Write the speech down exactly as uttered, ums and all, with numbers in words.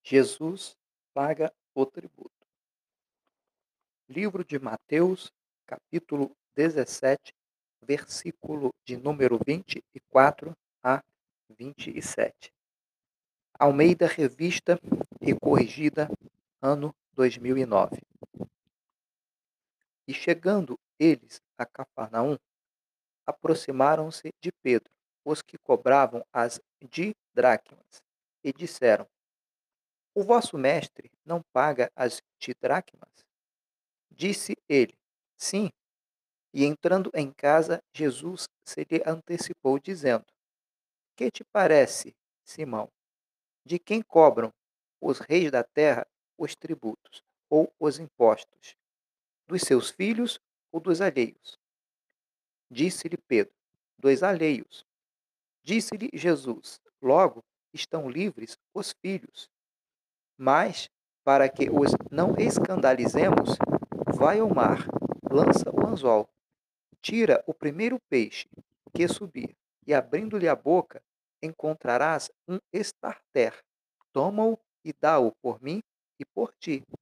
Jesus paga o tributo. Livro de Mateus, capítulo dezessete, versículo de número vinte e quatro a vinte e sete. Almeida Revista e Corrigida, ano dois mil e nove. E chegando eles a Cafarnaum, aproximaram-se de Pedro os que cobravam as didracmas, e disseram: O vosso mestre não paga as didracmas? Disse ele: Sim. E entrando em casa, Jesus se lhe antecipou, dizendo: Que te parece, Simão? De quem cobram os reis da terra os tributos ou os impostos? Dos seus filhos ou dos alheios? Disse-lhe Pedro: Dos alheios. Disse-lhe Jesus: Logo estão livres os filhos. Mas, para que os não escandalizemos, vai ao mar, lança o anzol, tira o primeiro peixe que subir, e abrindo-lhe a boca, encontrarás um estarter. Toma-o e dá-o por mim e por ti.